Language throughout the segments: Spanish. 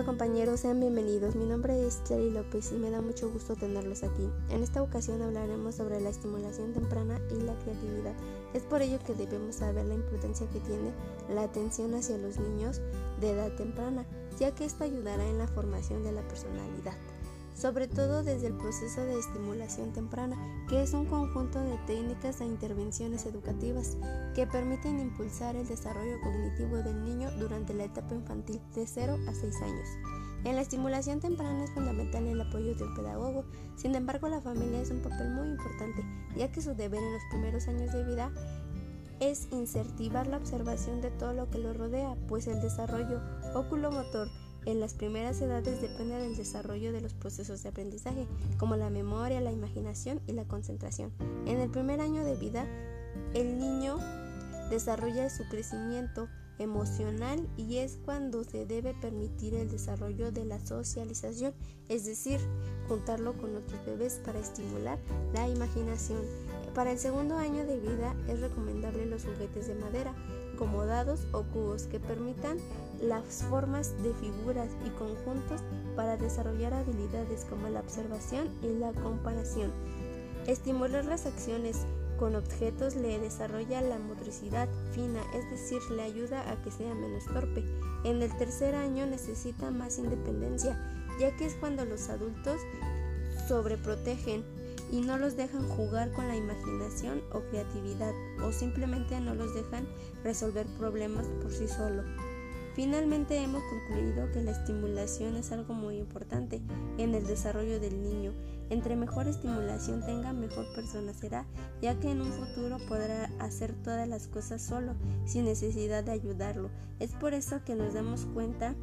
Hola compañeros, sean bienvenidos. Mi nombre es Clary López y me da mucho gusto tenerlos aquí. En esta ocasión hablaremos sobre la estimulación temprana y la creatividad. Es por ello que debemos saber la importancia que tiene la atención hacia los niños de edad temprana, ya que esto ayudará en la formación de la personalidad, sobre todo desde el proceso de estimulación temprana, que es un conjunto de técnicas e intervenciones educativas que permiten impulsar el desarrollo cognitivo del niño durante la etapa infantil de 0 a 6 años. En la estimulación temprana es fundamental el apoyo de un pedagogo. Sin embargo, la familia es un papel muy importante, ya que su deber en los primeros años de vida es incentivar la observación de todo lo que lo rodea, pues el desarrollo oculomotor en las primeras edades depende del desarrollo de los procesos de aprendizaje, como la memoria, la imaginación y la concentración. En el primer año de vida, el niño desarrolla su crecimiento emocional y es cuando se debe permitir el desarrollo de la socialización, es decir, juntarlo con otros bebés para estimular la imaginación. Para el segundo año de vida es recomendable los juguetes de madera, como dados o cubos, que permitan las formas de figuras y conjuntos para desarrollar habilidades como la observación y la comparación. Estimular las acciones con objetos le desarrolla la motricidad fina, es decir, le ayuda a que sea menos torpe. En el tercer año necesita más independencia, ya que es cuando los adultos sobreprotegen y no los dejan jugar con la imaginación o creatividad, o simplemente no los dejan resolver problemas por sí solo. Finalmente hemos concluido que la estimulación es algo muy importante en el desarrollo del niño. Entre mejor estimulación tenga, mejor persona será, ya que en un futuro podrá hacer todas las cosas solo, sin necesidad de ayudarlo. Es por eso que nos damos cuenta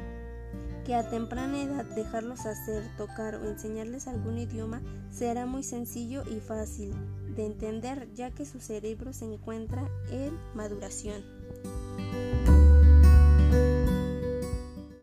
que a temprana edad dejarlos hacer, tocar o enseñarles algún idioma será muy sencillo y fácil de entender, ya que su cerebro se encuentra en maduración.